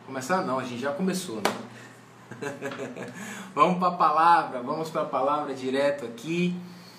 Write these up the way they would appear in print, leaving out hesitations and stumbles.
Começar não, a gente já começou, né? Vamos para a palavra direto aqui.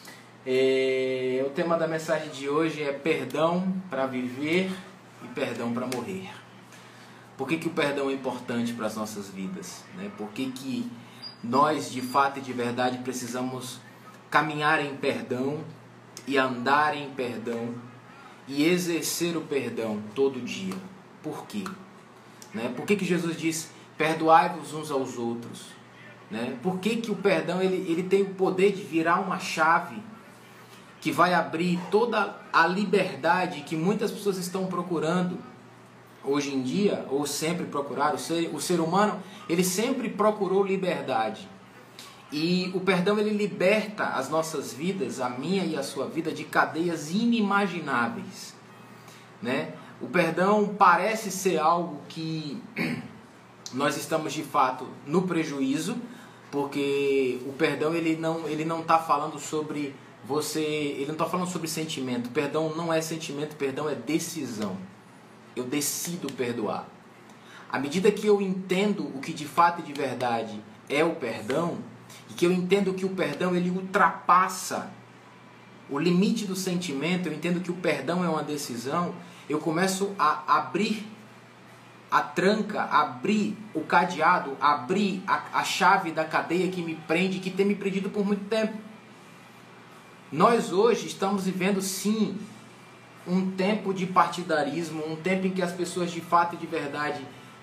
O tema da mensagem de hoje é perdão para viver e perdão para morrer. Por que o perdão é importante para as nossas vidas, né? Por que nós, de fato e de verdade, precisamos caminhar em perdão e andar em perdão e exercer o perdão todo dia? Por quê? Né? Por que Jesus diz, perdoai-vos uns aos outros? Né? Por que o perdão ele tem o poder de virar uma chave que vai abrir toda a liberdade que muitas pessoas estão procurando hoje em dia, ou sempre procuraram? O ser humano, ele sempre procurou liberdade. E o perdão, ele liberta as nossas vidas, a minha e a sua vida, de cadeias inimagináveis, né? O perdão parece ser algo que nós estamos de fato no prejuízo, porque o perdão ele não está falando sobre você, ele não está falando sobre sentimento. Perdão não é sentimento, perdão é decisão. Eu decido perdoar. À medida que eu entendo o que de fato e de verdade é o perdão, e que eu entendo que o perdão ele ultrapassa o limite do sentimento, eu entendo que o perdão é uma decisão, eu começo a abrir a tranca, abrir o cadeado, abrir a chave da cadeia que me prende, que tem me prendido por muito tempo. Nós hoje estamos vivendo sim um tempo de partidarismo, um tempo em que as pessoas de fato e de verdade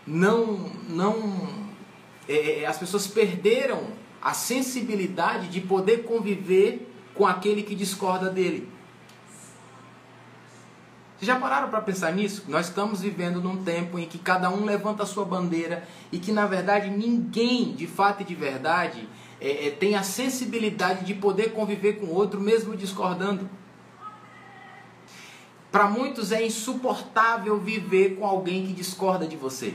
as pessoas perderam a sensibilidade de poder conviver com aquele que discorda dele. Vocês já pararam para pensar nisso? Nós estamos vivendo num tempo em que cada um levanta a sua bandeira e que na verdade ninguém de fato e de verdade tem a sensibilidade de poder conviver com o outro mesmo discordando. Para muitos é insuportável viver com alguém que discorda de você.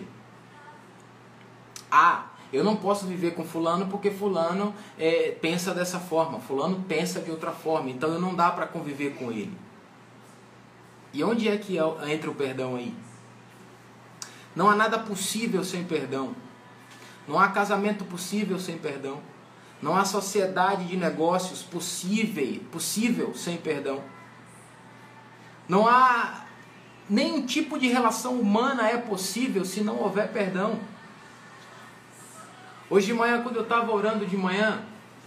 Eu não posso viver com fulano porque fulano pensa dessa forma, fulano pensa de outra forma, então eu não dá para conviver com ele. E onde é que entra o perdão aí? Não há nada possível sem perdão. Não há casamento possível sem perdão. Não há sociedade de negócios possível sem perdão. Não há nenhum tipo de relação humana é possível se não houver perdão. Hoje de manhã, quando eu estava orando de manhã,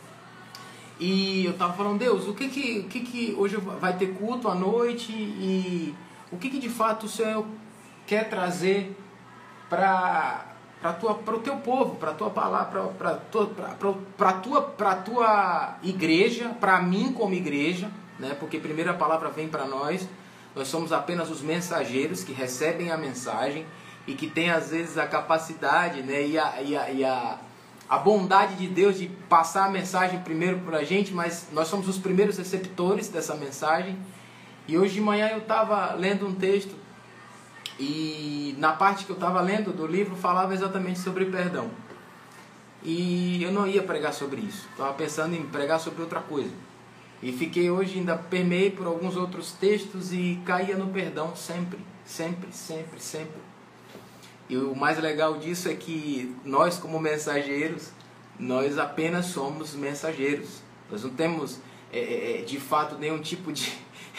e eu estava falando, Deus, o que hoje vai ter culto à noite e o que de fato o Senhor quer trazer para o teu povo, para a tua palavra, para a tua igreja, para mim como igreja, né? Porque primeiro a palavra vem para nós somos apenas os mensageiros que recebem a mensagem e que tem às vezes a capacidade, né? A bondade de Deus de passar a mensagem primeiro para a gente, mas nós somos os primeiros receptores dessa mensagem. E hoje de manhã eu estava lendo um texto e na parte que eu estava lendo do livro falava exatamente sobre perdão. E eu não ia pregar sobre isso, estava pensando em pregar sobre outra coisa. E fiquei hoje, ainda permeei por alguns outros textos e caía no perdão sempre. E o mais legal disso é que nós, como mensageiros, nós apenas somos mensageiros. Nós não temos, de fato, nenhum tipo de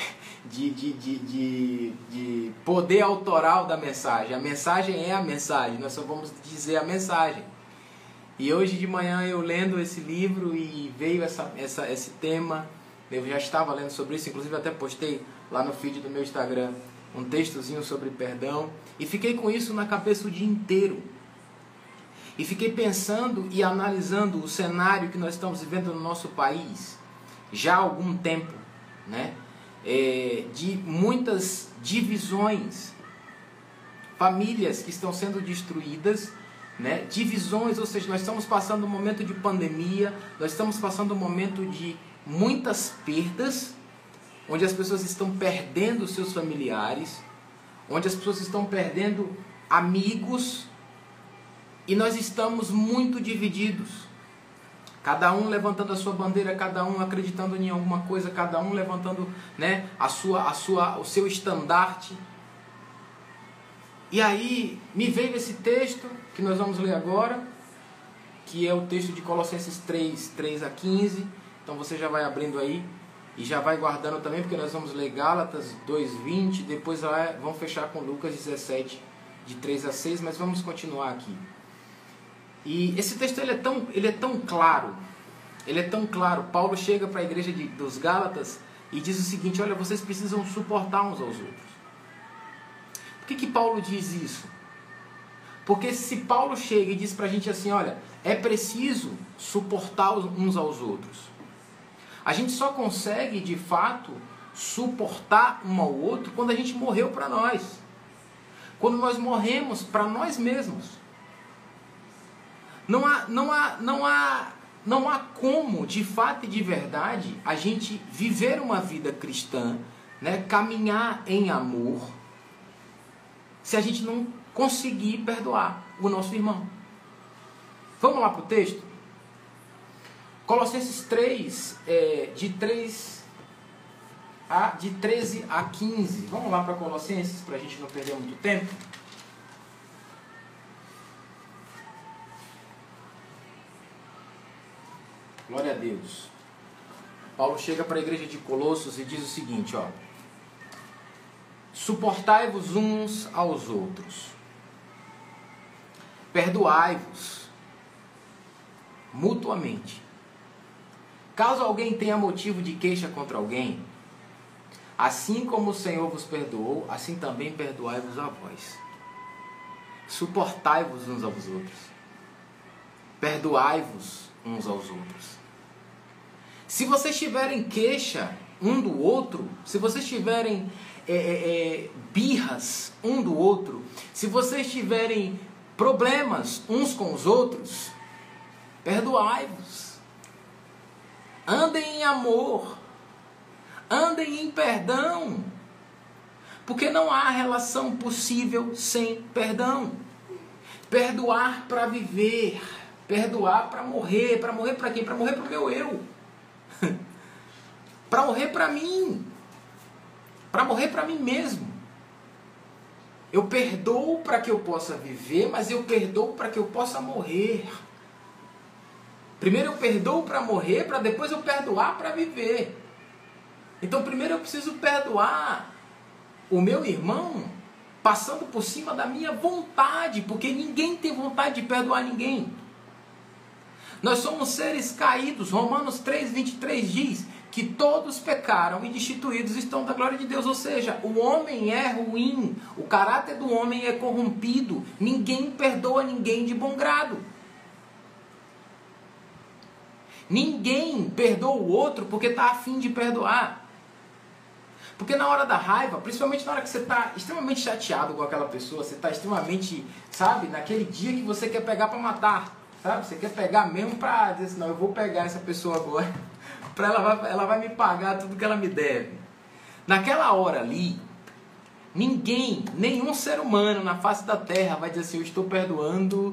poder autoral da mensagem. A mensagem é a mensagem, nós só vamos dizer a mensagem. E hoje de manhã eu lendo esse livro e veio esse tema, eu já estava lendo sobre isso, inclusive até postei lá no feed do meu Instagram um textozinho sobre perdão, e fiquei com isso na cabeça o dia inteiro. E fiquei pensando e analisando o cenário que nós estamos vivendo no nosso país, já há algum tempo, né? De muitas divisões, famílias que estão sendo destruídas, né? Divisões, ou seja, nós estamos passando um momento de pandemia, nós estamos passando um momento de muitas perdas, onde as pessoas estão perdendo seus familiares, onde as pessoas estão perdendo amigos, e nós estamos muito divididos. Cada um levantando a sua bandeira, cada um acreditando em alguma coisa, cada um levantando, né, o seu estandarte. E aí me veio esse texto que nós vamos ler agora, que é o texto de Colossenses 3 a 15. Então você já vai abrindo aí e já vai guardando também, porque nós vamos ler Gálatas 2:20, depois vamos fechar com Lucas 17, de 3 a 6, mas vamos continuar aqui. E esse texto ele é tão claro, Paulo chega para a igreja dos Gálatas e diz o seguinte: olha, vocês precisam suportar uns aos outros. Por que Paulo diz isso? Porque se Paulo chega e diz para a gente assim, olha, é preciso suportar uns aos outros, a gente só consegue de fato suportar um ao outro quando a gente morreu para nós, quando nós morremos para nós mesmos. Não há como, de fato e de verdade, a gente viver uma vida cristã, né, caminhar em amor, se a gente não conseguir perdoar o nosso irmão. Vamos lá para o texto? Colossenses 3, de 13 a 15. Vamos lá para Colossenses, para a gente não perder muito tempo. Glória a Deus. Paulo chega para a igreja de Colossos e diz o seguinte, ó: suportai-vos uns aos outros, perdoai-vos mutuamente. Caso alguém tenha motivo de queixa contra alguém, assim como o Senhor vos perdoou, assim também perdoai-vos a vós. Suportai-vos uns aos outros, perdoai-vos uns aos outros. Se vocês tiverem queixa um do outro, se vocês tiverem birras um do outro, se vocês tiverem problemas uns com os outros, perdoai-vos. Andem em amor, andem em perdão, porque não há relação possível sem perdão. Perdoar para viver, perdoar para morrer para quem? Para morrer para o meu eu. Para morrer para mim, para morrer para mim mesmo. Eu perdoo para que eu possa viver, mas eu perdoo para que eu possa morrer. Primeiro eu perdoo para morrer, para depois eu perdoar para viver. Então primeiro eu preciso perdoar o meu irmão, passando por cima da minha vontade, porque ninguém tem vontade de perdoar ninguém. Nós somos seres caídos. Romanos 3:23 diz que todos pecaram e destituídos estão da glória de Deus. Ou seja, o homem é ruim, o caráter do homem é corrompido. Ninguém perdoa ninguém de bom grado. Ninguém perdoa o outro porque está afim de perdoar. Porque na hora da raiva, principalmente na hora que você está extremamente chateado com aquela pessoa, você está extremamente, sabe, naquele dia que você quer pegar para matar, sabe? Você quer pegar mesmo para dizer assim, não, eu vou pegar essa pessoa agora, ela vai me pagar tudo que ela me deve. Naquela hora ali, nenhum ser humano na face da terra vai dizer assim, eu estou perdoando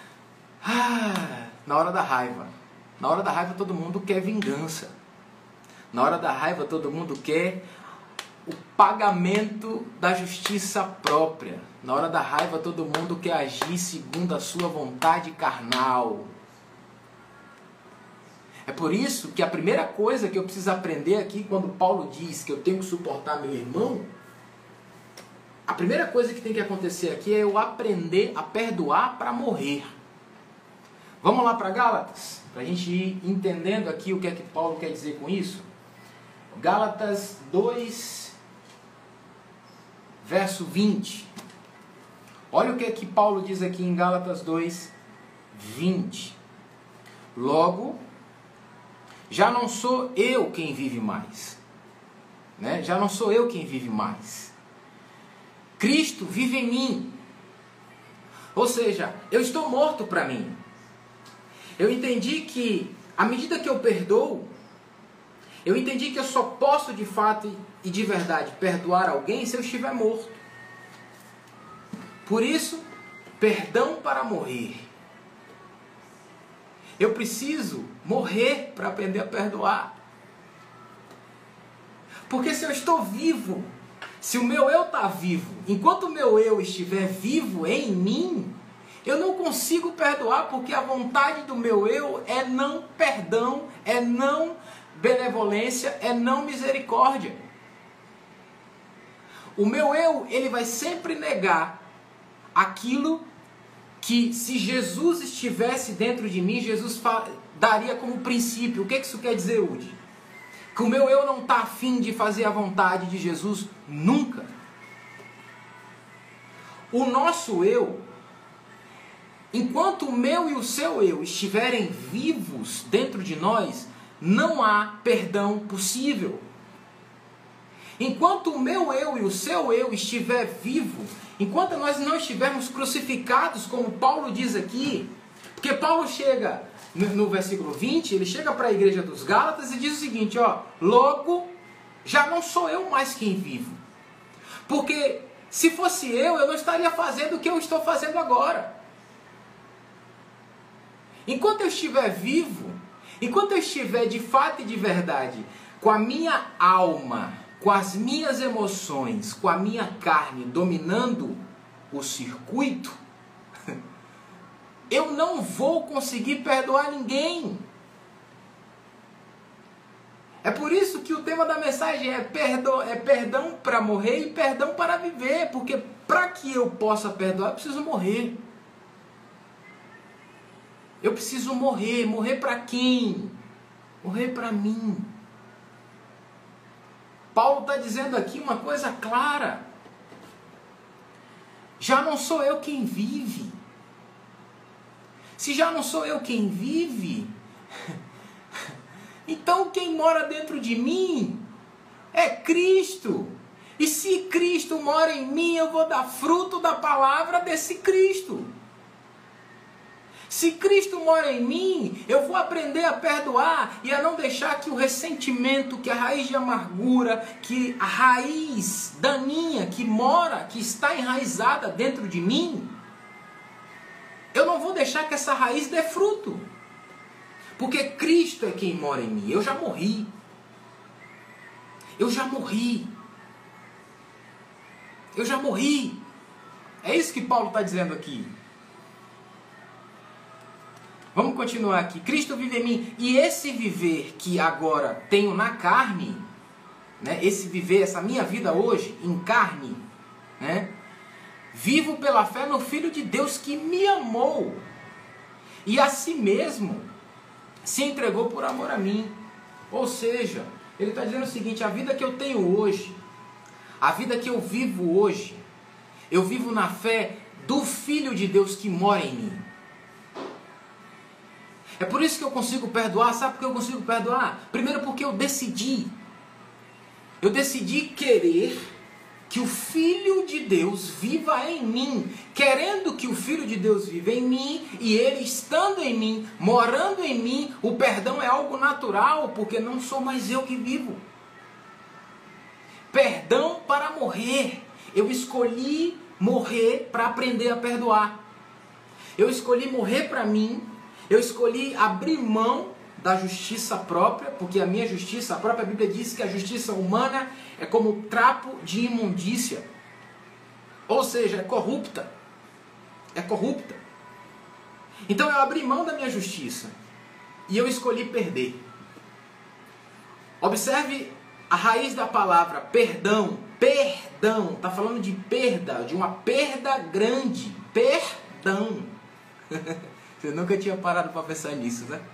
na hora da raiva. Na hora da raiva todo mundo quer vingança. Na hora da raiva todo mundo quer o pagamento da justiça própria. Na hora da raiva todo mundo quer agir segundo a sua vontade carnal. É por isso que a primeira coisa que eu preciso aprender aqui, quando Paulo diz que eu tenho que suportar meu irmão, a primeira coisa que tem que acontecer aqui é eu aprender a perdoar para morrer. Vamos lá para Gálatas, para a gente ir entendendo aqui o que é que Paulo quer dizer com isso. Gálatas 2, verso 20. Olha o que é que Paulo diz aqui em Gálatas 2, 20. Logo, já não sou eu quem vive mais. Né? Já não sou eu quem vive mais. Cristo vive em mim. Ou seja, eu estou morto para mim. Eu entendi que, à medida que eu perdoo, eu entendi que eu só posso de fato e de verdade perdoar alguém se eu estiver morto. Por isso, perdão para morrer. Eu preciso morrer para aprender a perdoar. Porque se eu estou vivo, Se o meu eu está vivo, enquanto o meu eu estiver vivo em mim, eu não consigo perdoar, porque a vontade do meu eu é não perdão, é não benevolência, é não misericórdia. O meu eu, ele vai sempre negar aquilo que, se Jesus estivesse dentro de mim, Jesus daria como princípio. O que isso quer dizer, Udi? Que o meu eu não está afim de fazer a vontade de Jesus nunca. O nosso eu, enquanto o meu e o seu eu estiverem vivos dentro de nós, não há perdão possível. Enquanto o meu eu e o seu eu estiver vivo, enquanto nós não estivermos crucificados, como Paulo diz aqui, porque Paulo chega no versículo 20, ele chega para a igreja dos Gálatas e diz o seguinte, logo, já não sou eu mais quem vivo. Porque se fosse eu não estaria fazendo o que eu estou fazendo agora. Enquanto eu estiver vivo, enquanto eu estiver de fato e de verdade, com a minha alma, com as minhas emoções, com a minha carne dominando o circuito, eu não vou conseguir perdoar ninguém. É por isso que o tema da mensagem é perdão para morrer e perdão para viver. Porque para que eu possa perdoar, eu preciso morrer. Eu preciso morrer. Morrer para quem? Morrer para mim. Paulo está dizendo aqui uma coisa clara. Já não sou eu quem vive. Se já não sou eu quem vive, então quem mora dentro de mim é Cristo. E se Cristo mora em mim, eu vou dar fruto da palavra desse Cristo. Se Cristo mora em mim, eu vou aprender a perdoar e a não deixar que o ressentimento, que a raiz de amargura, que a raiz daninha que está enraizada dentro de mim, eu não vou deixar que essa raiz dê fruto. Porque Cristo é quem mora em mim. Eu já morri. Eu já morri. Eu já morri. É isso que Paulo está dizendo aqui. Vamos continuar aqui. Cristo vive em mim. E esse viver que agora tenho na carne, né? Esse viver, essa minha vida hoje, em carne, né? Vivo pela fé no Filho de Deus que me amou e a si mesmo se entregou por amor a mim. Ou seja, ele está dizendo o seguinte: a vida que eu tenho hoje, a vida que eu vivo hoje, eu vivo na fé do Filho de Deus que mora em mim. É por isso que eu consigo perdoar. Sabe por que eu consigo perdoar? Primeiro porque eu decidi querer que o Filho de Deus viva em mim, querendo que o Filho de Deus viva em mim, e Ele estando em mim, morando em mim, o perdão é algo natural, porque não sou mais eu que vivo. Perdão para morrer. Eu escolhi morrer para aprender a perdoar. Eu escolhi morrer para mim, eu escolhi abrir mão da justiça própria, porque a minha justiça, a própria Bíblia diz que a justiça humana é como trapo de imundícia. Ou seja, é corrupta. É corrupta. Então eu abri mão da minha justiça e eu escolhi perder. Observe a raiz da palavra perdão. Perdão. Está falando de perda, de uma perda grande. Perdão. Você nunca tinha parado para pensar nisso, né?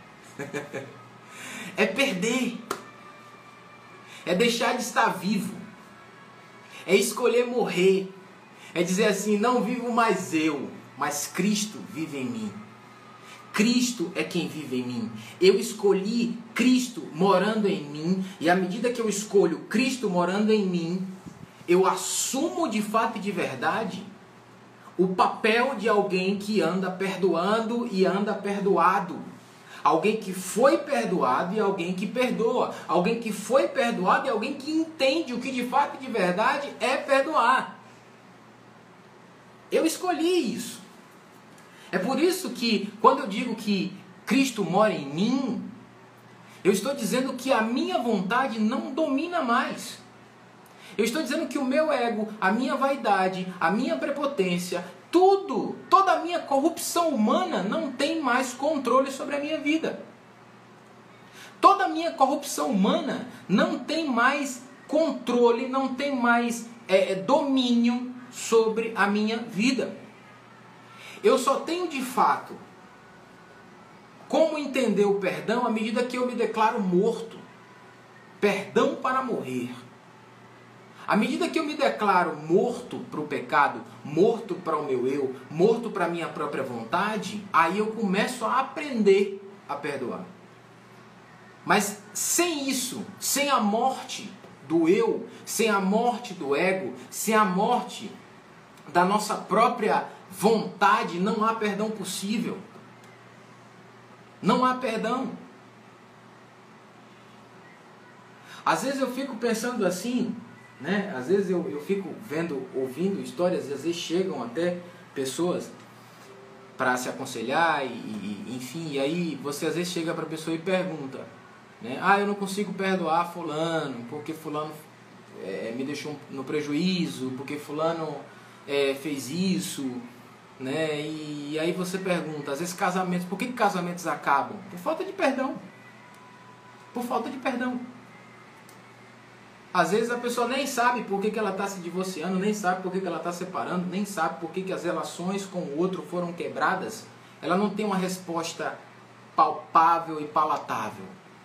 É perder. É deixar de estar vivo. É escolher morrer. É dizer assim: não vivo mais eu, mas Cristo vive em mim. Cristo é quem vive em mim. Eu escolhi Cristo morando em mim. E à medida que eu escolho Cristo morando em mim, eu assumo de fato e de verdade o papel de alguém que anda perdoando e anda perdoado. Alguém que foi perdoado e alguém que perdoa. Alguém que foi perdoado e alguém que entende o que de fato e de verdade é perdoar. Eu escolhi isso. É por isso que, quando eu digo que Cristo mora em mim, eu estou dizendo que a minha vontade não domina mais. Eu estou dizendo que o meu ego, a minha vaidade, a minha prepotência, tudo, toda a minha corrupção humana não tem mais controle sobre a minha vida. Toda a minha corrupção humana não tem mais controle, não tem mais domínio sobre a minha vida. Eu só tenho de fato como entender o perdão à medida que eu me declaro morto. Perdão para morrer. À medida que eu me declaro morto para o pecado, morto para o meu eu, morto para a minha própria vontade, aí eu começo a aprender a perdoar. Mas sem isso, sem a morte do eu, sem a morte do ego, sem a morte da nossa própria vontade, não há perdão possível. Não há perdão. Às vezes eu fico pensando assim, né? Às vezes eu fico ouvindo histórias, e às vezes chegam até pessoas para se aconselhar, enfim, e aí você às vezes chega para a pessoa e pergunta, né? Eu não consigo perdoar fulano, porque fulano me deixou no prejuízo, porque fulano fez isso, né? E aí você pergunta, às vezes casamentos, por que casamentos acabam? Por falta de perdão. Por falta de perdão. Às vezes a pessoa nem sabe por que ela está se divorciando, nem sabe por que ela está separando, nem sabe por que as relações com o outro foram quebradas. Ela não tem uma resposta palpável e palatável.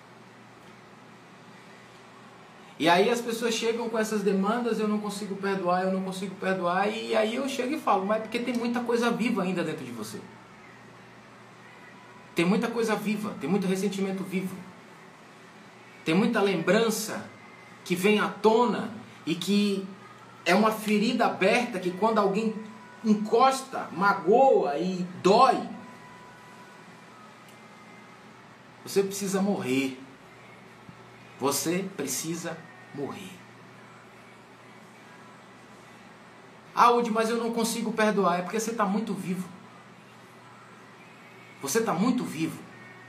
E aí as pessoas chegam com essas demandas, eu não consigo perdoar, e aí eu chego e falo, mas porque tem muita coisa viva ainda dentro de você. Tem muita coisa viva, tem muito ressentimento vivo. Tem muita lembrança que vem à tona e que é uma ferida aberta que quando alguém encosta, magoa e dói, você precisa morrer. Você precisa morrer. Udi, mas eu não consigo perdoar. É porque você está muito vivo. Você está muito vivo.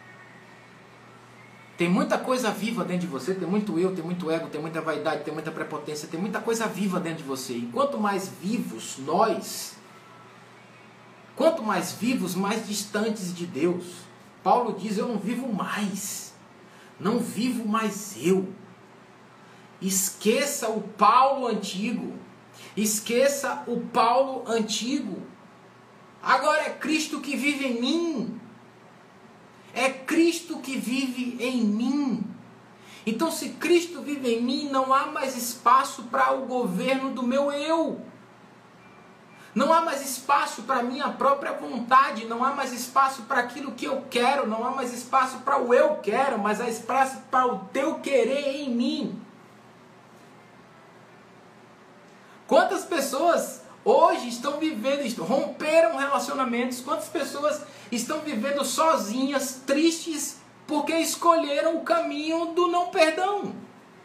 Tem muita coisa viva dentro de você. Tem muito eu, tem muito ego, tem muita vaidade, tem muita prepotência. Tem muita coisa viva dentro de você. E quanto mais vivos nós, quanto mais vivos, mais distantes de Deus. Paulo diz, eu não vivo mais. Não vivo mais eu. Esqueça o Paulo antigo. Esqueça o Paulo antigo. Agora é Cristo que vive em mim. É Cristo que vive em mim. Então, se Cristo vive em mim, não há mais espaço para o governo do meu eu. Não há mais espaço para a minha própria vontade, não há mais espaço para aquilo que eu quero, não há mais espaço para o eu quero, mas há espaço para o teu querer em mim. Quantas pessoas hoje estão vivendo, romperam relacionamentos, quantas pessoas estão vivendo sozinhas, tristes, porque escolheram o caminho do não perdão.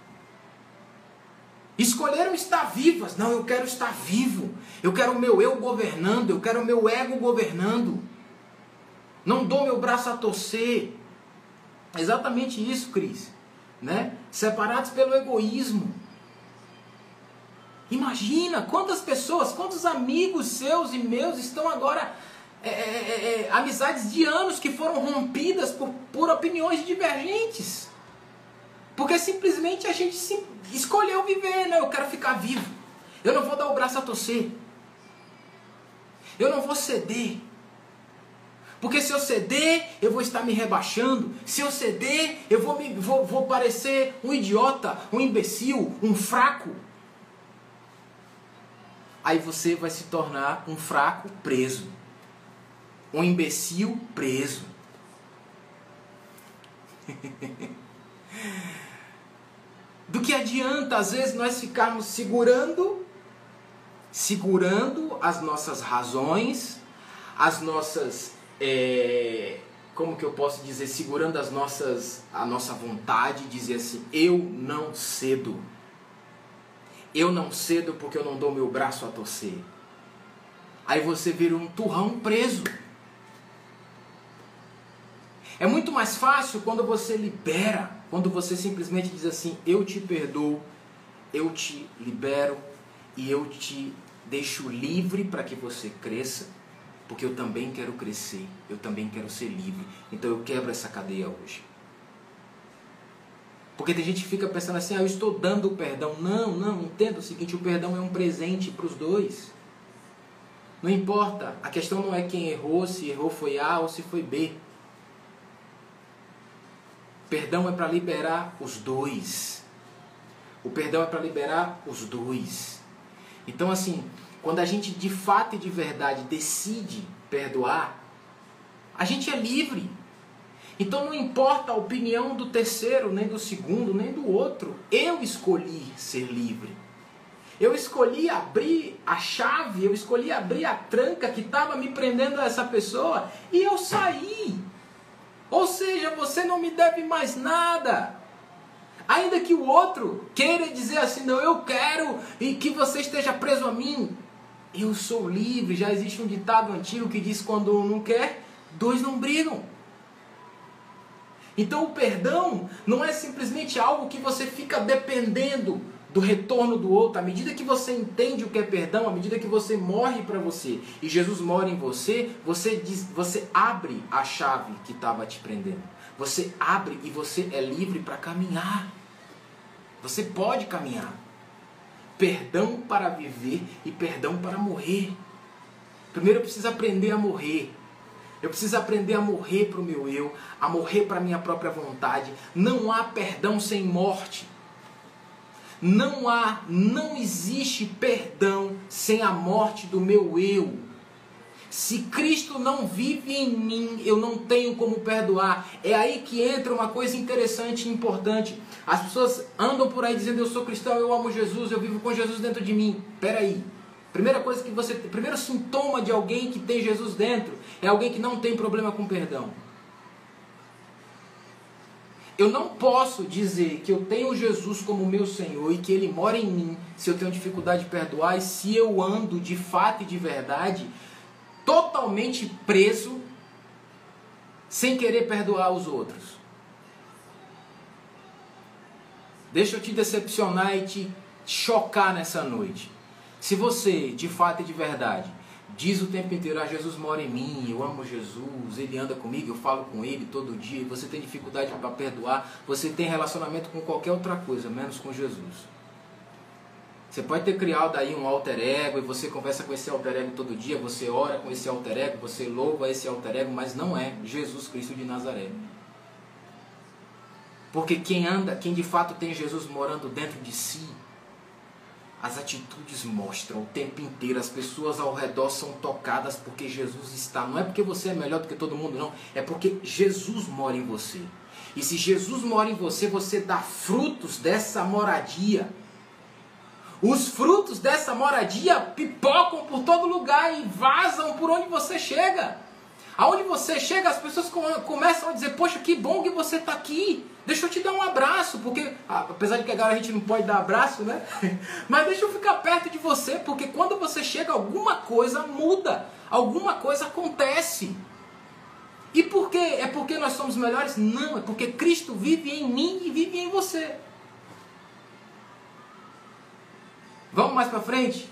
Escolheram estar vivas. Não, eu quero estar vivo. Eu quero o meu eu governando. Eu quero o meu ego governando. Não dou meu braço a torcer. É exatamente isso, Cris. Né? Separados pelo egoísmo. Imagina quantas pessoas, quantos amigos seus e meus estão agora... amizades de anos que foram rompidas por opiniões divergentes. Porque simplesmente a gente escolheu viver, né? Eu quero ficar vivo. Eu não vou dar o braço a torcer. Eu não vou ceder. Porque se eu ceder, eu vou estar me rebaixando. Se eu ceder, eu vou parecer um idiota, um imbecil, um fraco. Aí você vai se tornar um fraco preso. Um imbecil preso. Do que adianta, às vezes, nós ficarmos segurando as nossas razões, as nossas, como que eu posso dizer, segurando a nossa vontade, dizer assim, eu não cedo. Eu não cedo porque eu não dou meu braço a torcer. Aí você vira um turrão preso. É muito mais fácil quando você libera, quando você simplesmente diz assim, eu te perdoo, eu te libero e eu te deixo livre para que você cresça, porque eu também quero crescer, eu também quero ser livre. Então eu quebro essa cadeia hoje. Porque tem gente que fica pensando assim, eu estou dando o perdão. Não, entenda o seguinte, o perdão é um presente para os dois. Não importa, a questão não é quem errou, se errou foi A ou se foi B. Perdão é para liberar os dois. O perdão é para liberar os dois. Então assim, quando a gente de fato e de verdade decide perdoar, a gente é livre. Então não importa a opinião do terceiro, nem do segundo, nem do outro. Eu escolhi ser livre. Eu escolhi abrir a chave, eu escolhi abrir a tranca que estava me prendendo a essa pessoa e eu saí. Ou seja, você não me deve mais nada. Ainda que o outro queira dizer assim, não, eu quero e que você esteja preso a mim. Eu sou livre. Já existe um ditado antigo que diz, quando um não quer, dois não brigam. Então o perdão não é simplesmente algo que você fica dependendo do retorno do outro. À medida que você entende o que é perdão, à medida que você morre para você e Jesus mora em você, você abre a chave que estava te prendendo. Você abre e você é livre para caminhar. Você pode caminhar. Perdão para viver e perdão para morrer. Primeiro eu preciso aprender a morrer. Eu preciso aprender a morrer para o meu eu, a morrer para a minha própria vontade. Não há perdão sem morte. Não existe perdão sem a morte do meu eu. Se Cristo não vive em mim, eu não tenho como perdoar. É aí que entra uma coisa interessante e importante. As pessoas andam por aí dizendo, eu sou cristão, eu amo Jesus, eu vivo com Jesus dentro de mim. Peraí. Primeiro sintoma de alguém que tem Jesus dentro é alguém que não tem problema com perdão. Eu não posso dizer que eu tenho Jesus como meu Senhor e que Ele mora em mim se eu tenho dificuldade de perdoar e se eu ando de fato e de verdade totalmente preso sem querer perdoar os outros. Deixa eu te decepcionar e te chocar nessa noite. Se você, de fato e de verdade, diz o tempo inteiro, Jesus mora em mim, eu amo Jesus, Ele anda comigo, eu falo com Ele todo dia, e você tem dificuldade para perdoar, você tem relacionamento com qualquer outra coisa, menos com Jesus. Você pode ter criado aí um alter ego, e você conversa com esse alter ego todo dia, você ora com esse alter ego, você louva esse alter ego, mas não é Jesus Cristo de Nazaré. Porque quem de fato tem Jesus morando dentro de si, as atitudes mostram o tempo inteiro, as pessoas ao redor são tocadas porque Jesus está. Não é porque você é melhor do que todo mundo, não. É porque Jesus mora em você. E se Jesus mora em você, você dá frutos dessa moradia. Os frutos dessa moradia pipocam por todo lugar e vazam por onde você chega. Aonde você chega, as pessoas começam a dizer, poxa, que bom que você está aqui. Deixa eu te dar um abraço, porque, apesar de que agora a gente não pode dar abraço, né? Mas deixa eu ficar perto de você, porque quando você chega, alguma coisa muda, alguma coisa acontece. E por quê? É porque nós somos melhores? Não, é porque Cristo vive em mim e vive em você. Vamos mais para frente?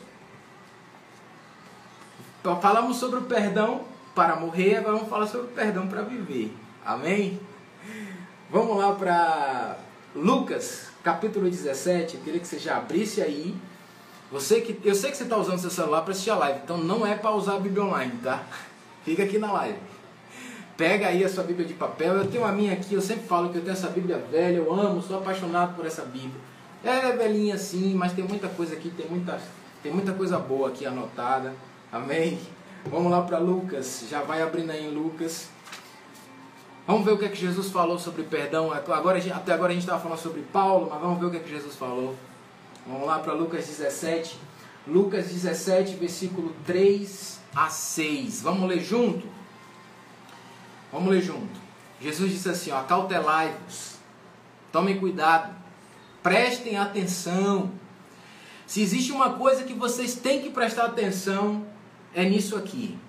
Falamos sobre o perdão para morrer, agora vamos falar sobre o perdão para viver. Amém? Vamos lá para Lucas, capítulo 17. Eu queria que você já abrisse aí. Eu sei que você está usando seu celular para assistir a live, então não é para usar a Bíblia online, tá? Fica aqui na live. Pega aí a sua Bíblia de papel. Eu tenho a minha aqui, eu sempre falo que eu tenho essa Bíblia velha, eu amo, sou apaixonado por essa Bíblia. Ela é velhinha assim, mas tem muita coisa aqui, tem muita coisa boa aqui anotada. Amém? Vamos lá para Lucas, já vai abrindo aí em Lucas. Vamos ver o que é que Jesus falou sobre perdão. Até agora a gente estava falando sobre Paulo, mas vamos ver o que é que Jesus falou. Vamos lá para Lucas 17. Lucas 17, versículo 3 a 6. Vamos ler junto? Vamos ler junto. Jesus disse assim, ó, acautelai-vos, tomem cuidado, prestem atenção. Se existe uma coisa que vocês têm que prestar atenção, é nisso aqui.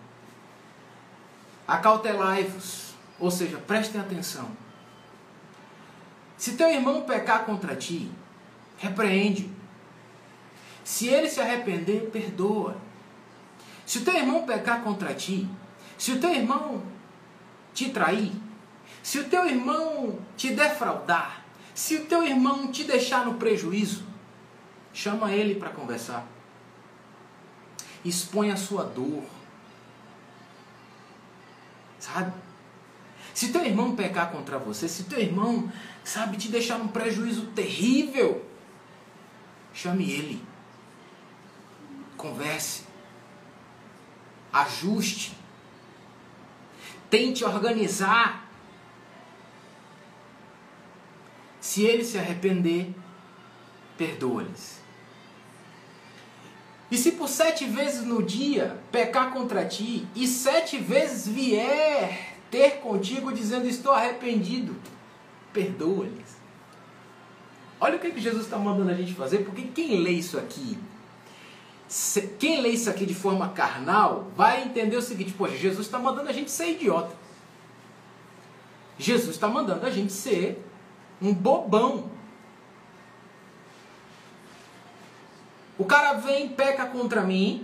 Acautelai-vos. Ou seja, prestem atenção. Se teu irmão pecar contra ti, repreende-o. Se ele se arrepender, perdoa. Se o teu irmão pecar contra ti, se o teu irmão te trair, se o teu irmão te defraudar, se o teu irmão te deixar no prejuízo, chama ele para conversar. Expõe a sua dor. Sabe? Se teu irmão pecar contra você, se teu irmão, sabe, te deixar num prejuízo terrível, chame ele. Converse. Ajuste. Tente organizar. Se ele se arrepender, perdoa-lhes. E se por 7 vezes no dia pecar contra ti, e 7 vezes vier ter contigo dizendo estou arrependido, perdoa-lhes. Olha o que Jesus está mandando a gente fazer, porque quem lê isso aqui, quem lê isso aqui de forma carnal, vai entender o seguinte: poxa, Jesus está mandando a gente ser idiota. Jesus está mandando a gente ser um bobão. O cara vem, peca contra mim,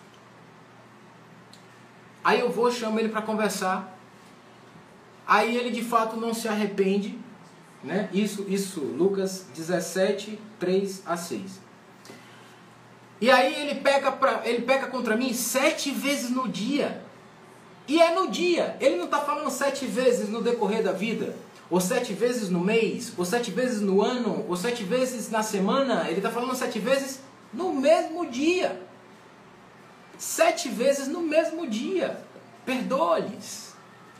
aí eu vou, chamo ele para conversar, aí ele de fato não se arrepende, né? Isso, Lucas 17, 3 a 6. E aí ele peca contra mim 7 vezes no dia. E é no dia, ele não está falando 7 vezes no decorrer da vida, ou 7 vezes no mês, ou 7 vezes no ano, ou 7 vezes na semana, ele está falando 7 vezes no mesmo dia. 7 vezes no mesmo dia. Perdoa-lhes.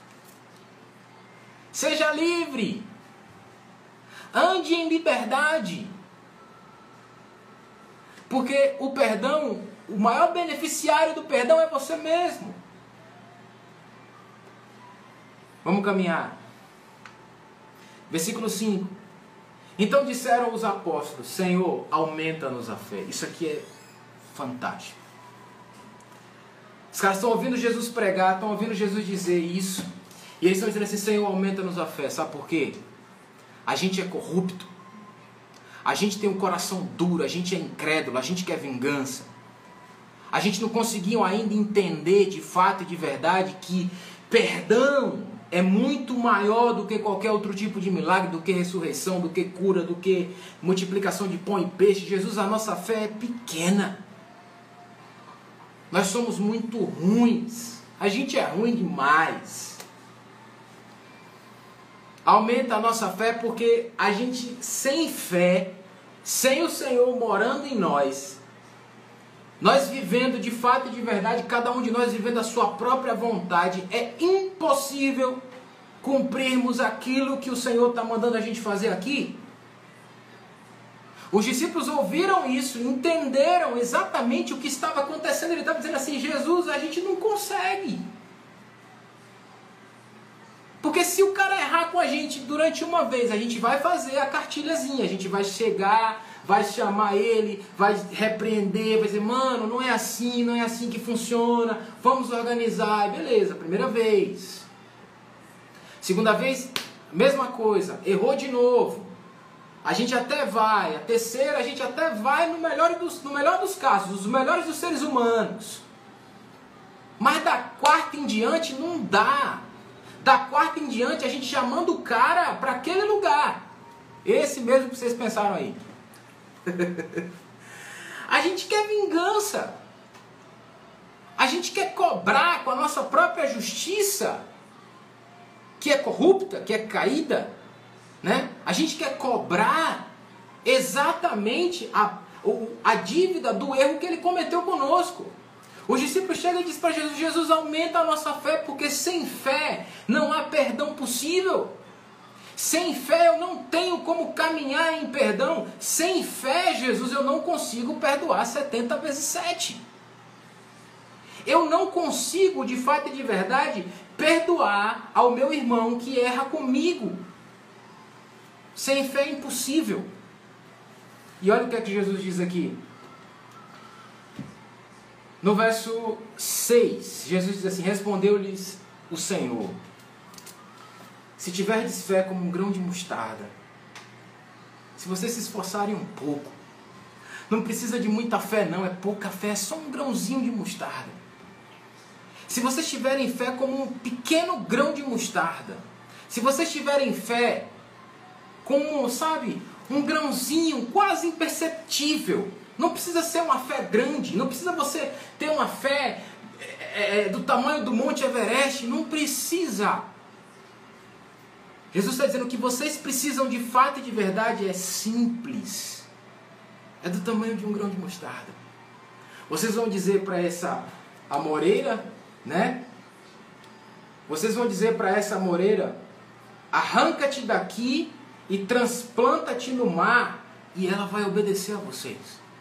Seja livre. Ande em liberdade. Porque o perdão, o maior beneficiário do perdão é você mesmo. Vamos caminhar. Versículo 5. Então disseram os apóstolos: Senhor, aumenta-nos a fé. Isso aqui é fantástico. Os caras estão ouvindo Jesus pregar, estão ouvindo Jesus dizer isso. E eles estão dizendo assim: Senhor, aumenta-nos a fé. Sabe por quê? A gente é corrupto. A gente tem um coração duro, a gente é incrédulo, a gente quer vingança. A gente não conseguiu ainda entender de fato e de verdade que perdão é muito maior do que qualquer outro tipo de milagre, do que ressurreição, do que cura, do que multiplicação de pão e peixe. Jesus, a nossa fé é pequena. Nós somos muito ruins. A gente é ruim demais. Aumenta a nossa fé porque a gente, sem fé, sem o Senhor morando em nós, nós vivendo de fato e de verdade, cada um de nós vivendo a sua própria vontade, é impossível cumprirmos aquilo que o Senhor está mandando a gente fazer aqui. Os discípulos ouviram isso, entenderam exatamente o que estava acontecendo. Ele estava dizendo assim: Jesus, a gente não consegue. Porque se o cara errar com a gente durante uma vez, a gente vai fazer a cartilhazinha, a gente vai chegar, vai chamar ele, vai repreender, vai dizer: mano, não é assim que funciona, vamos organizar. Beleza, primeira vez. Segunda vez, mesma coisa, errou de novo. A gente até vai, a terceira a gente até vai no melhor dos casos, os melhores dos seres humanos. Mas da quarta em diante não dá. Da quarta em diante a gente já manda o cara para aquele lugar. Esse mesmo que vocês pensaram aí. A gente quer vingança. A gente quer cobrar com a nossa própria justiça, que é corrupta, que é caída, né? A gente quer cobrar exatamente a dívida do erro que ele cometeu conosco. Os discípulos chegam e dizem para Jesus: Jesus, aumenta a nossa fé, porque sem fé não há perdão possível. Sem fé eu não tenho como caminhar em perdão. Sem fé, Jesus, eu não consigo perdoar 70 vezes 7. Eu não consigo, de fato e de verdade, perdoar ao meu irmão que erra comigo. Sem fé é impossível. E olha o que é que Jesus diz aqui. No verso 6, Jesus diz assim: respondeu-lhes o Senhor: se tiverdes fé como um grão de mostarda, se vocês se esforçarem um pouco, Não precisa de muita fé, não. É pouca fé, é só um grãozinho de mostarda. Se vocês tiverem fé como um pequeno grão de mostarda, se vocês tiverem fé como, sabe, um grãozinho quase imperceptível, não precisa ser uma fé grande, não precisa você ter uma fé do tamanho do Monte Everest, não precisa. Jesus está dizendo que vocês precisam de fato e de verdade é simples. É do tamanho de um grão de mostarda. Vocês vão dizer para essa amoreira, né? Vocês vão dizer para essa amoreira, arranca-te daqui e transplanta-te no mar, e ela vai obedecer a vocês.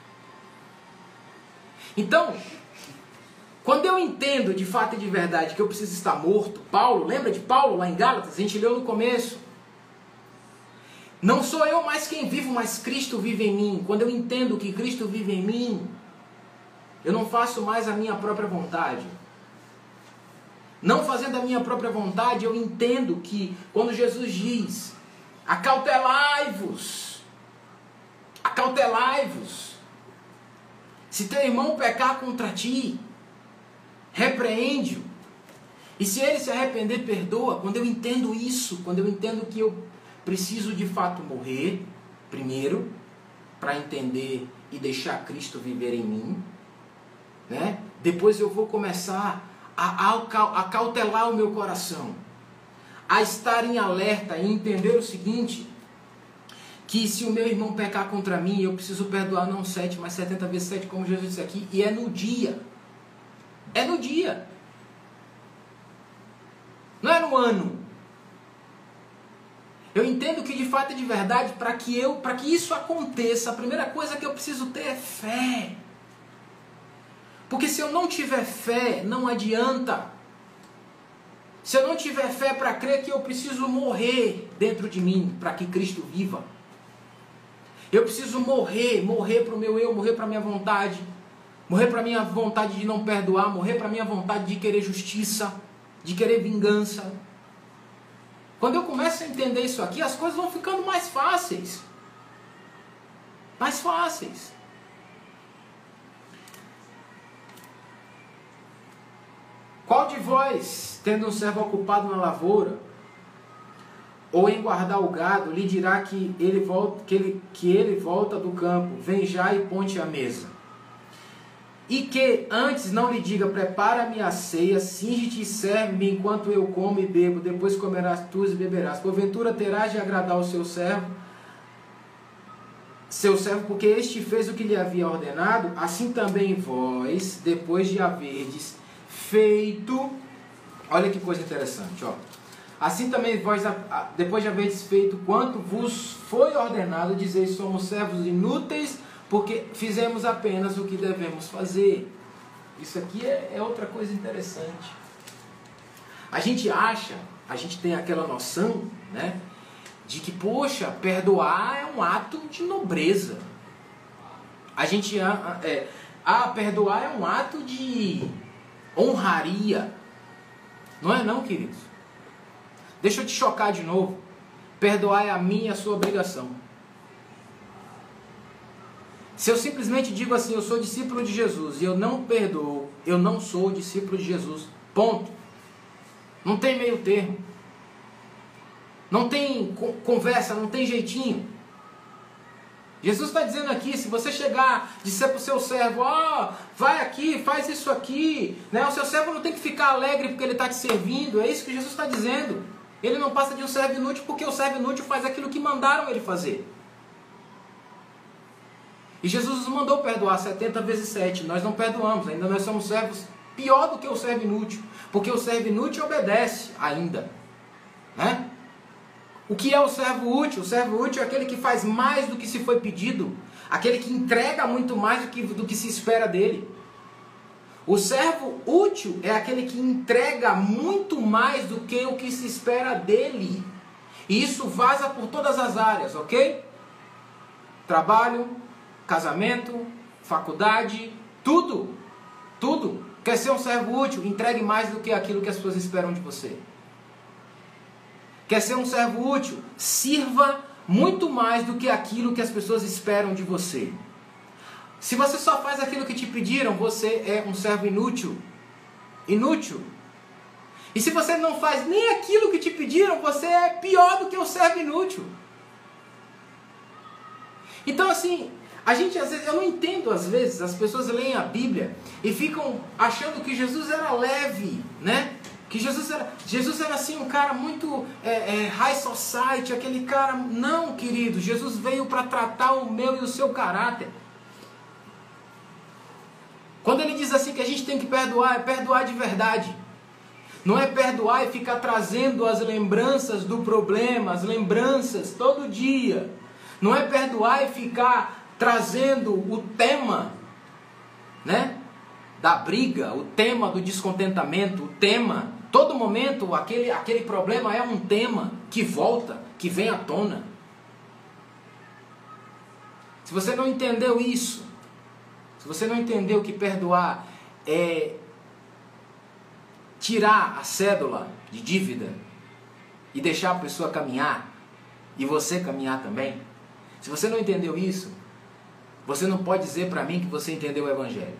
Então, quando eu entendo de fato e de verdade que eu preciso estar morto, Paulo, lembra de Paulo lá em Gálatas? A gente leu no começo. Não sou eu mais quem vivo, mas Cristo vive em mim. Quando eu entendo que Cristo vive em mim, eu não faço mais a minha própria vontade. Não fazendo a minha própria vontade, eu entendo que quando Jesus diz, acautelai-vos, acautelai-vos. Se teu irmão pecar contra ti, repreende-o. E se ele se arrepender, perdoa. Quando eu entendo isso, quando eu entendo que eu preciso de fato morrer, primeiro, para entender e deixar Cristo viver em mim, né? Depois eu vou começar a cautelar o meu coração, a estar em alerta e entender o seguinte, que se o meu irmão pecar contra mim, eu preciso perdoar não 7, mas 70 vezes 7, como Jesus disse aqui, e é no dia. É no dia. Não é no ano. Eu entendo que de fato e de verdade, para que isso aconteça, a primeira coisa que eu preciso ter é fé. Porque se eu não tiver fé, não adianta. Se eu não tiver fé para crer que eu preciso morrer dentro de mim, para que Cristo viva. Eu preciso morrer para o meu eu, morrer para a minha vontade. Morrer para a minha vontade de não perdoar, morrer para a minha vontade de querer justiça, de querer vingança. Quando eu começo a entender isso aqui, as coisas vão ficando mais fáceis. Mais fáceis. Qual de vós, tendo um servo ocupado na lavoura, ou em guardar o gado, lhe dirá que ele volta do campo, vem já e ponte a mesa? E que antes não lhe diga, prepara-me a ceia, cinge-te e serve-me enquanto eu como e bebo, depois comerás tu e beberás. Porventura terás de agradar o seu servo, porque este fez o que lhe havia ordenado, assim também vós, depois de haverdes feito, olha que coisa interessante, ó. Assim também vós, depois de haverdes feito quanto vos foi ordenado, dizeis, somos servos inúteis, porque fizemos apenas o que devemos fazer. Isso aqui é outra coisa interessante. A gente tem aquela noção, né, de que, poxa, perdoar é um ato de nobreza. Perdoar é um ato de honraria. Não é não, queridos? Deixa eu te chocar de novo. Perdoar é a minha e a sua obrigação. Se eu simplesmente digo assim, eu sou discípulo de Jesus, e eu não perdoo, eu não sou discípulo de Jesus. Ponto. Não tem meio termo. Não tem conversa, não tem jeitinho. Jesus está dizendo aqui, se você chegar e disser para o seu servo, vai aqui, faz isso aqui, né? O seu servo não tem que ficar alegre porque ele está te servindo, é isso que Jesus está dizendo. Ele não passa de um servo inútil porque o servo inútil faz aquilo que mandaram ele fazer. E Jesus nos mandou perdoar 70 vezes 7, nós não perdoamos, ainda nós somos servos pior do que o servo inútil, porque o servo inútil obedece ainda, né? O que é o servo útil? O servo útil é aquele que faz mais do que se foi pedido, aquele que entrega muito mais do que se espera dele. O servo útil é aquele que entrega muito mais do que o que se espera dele. E isso vaza por todas as áreas, ok? Trabalho, casamento, faculdade, tudo. Tudo. Quer ser um servo útil? Entregue mais do que aquilo que as pessoas esperam de você. Quer ser um servo útil? Sirva muito mais do que aquilo que as pessoas esperam de você. Se você só faz aquilo que te pediram, você é um servo inútil. Inútil. E se você não faz nem aquilo que te pediram, você é pior do que um servo inútil. Então assim, eu não entendo às vezes, as pessoas leem a Bíblia e ficam achando que Jesus era leve, né? Que Jesus era assim um cara muito high society, aquele cara... Não, querido, Jesus veio para tratar o meu e o seu caráter. Quando ele diz assim que a gente tem que perdoar, é perdoar de verdade. Não é perdoar e ficar trazendo as lembranças do problema, as lembranças todo dia. Não é perdoar e ficar trazendo o tema, né, da briga, o tema do descontentamento, o tema, todo momento aquele problema é um tema que volta, que vem à tona. Se você não entendeu isso, se você não entendeu que perdoar é tirar a cédula de dívida e deixar a pessoa caminhar e você caminhar também, se você não entendeu isso, você não pode dizer para mim que você entendeu o Evangelho.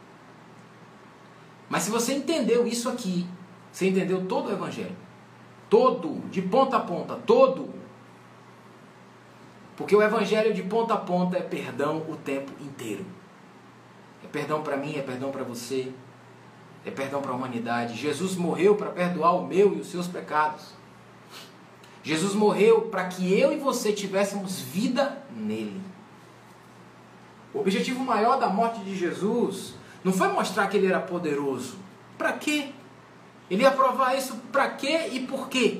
Mas se você entendeu isso aqui, você entendeu todo o Evangelho. Todo, de ponta a ponta, todo. Porque o Evangelho de ponta a ponta é perdão o tempo inteiro. É perdão para mim, é perdão para você, é perdão para a humanidade. Jesus morreu para perdoar o meu e os seus pecados. Jesus morreu para que eu e você tivéssemos vida nele. O objetivo maior da morte de Jesus não foi mostrar que ele era poderoso. Para quê? Ele ia provar isso para quê e por quê?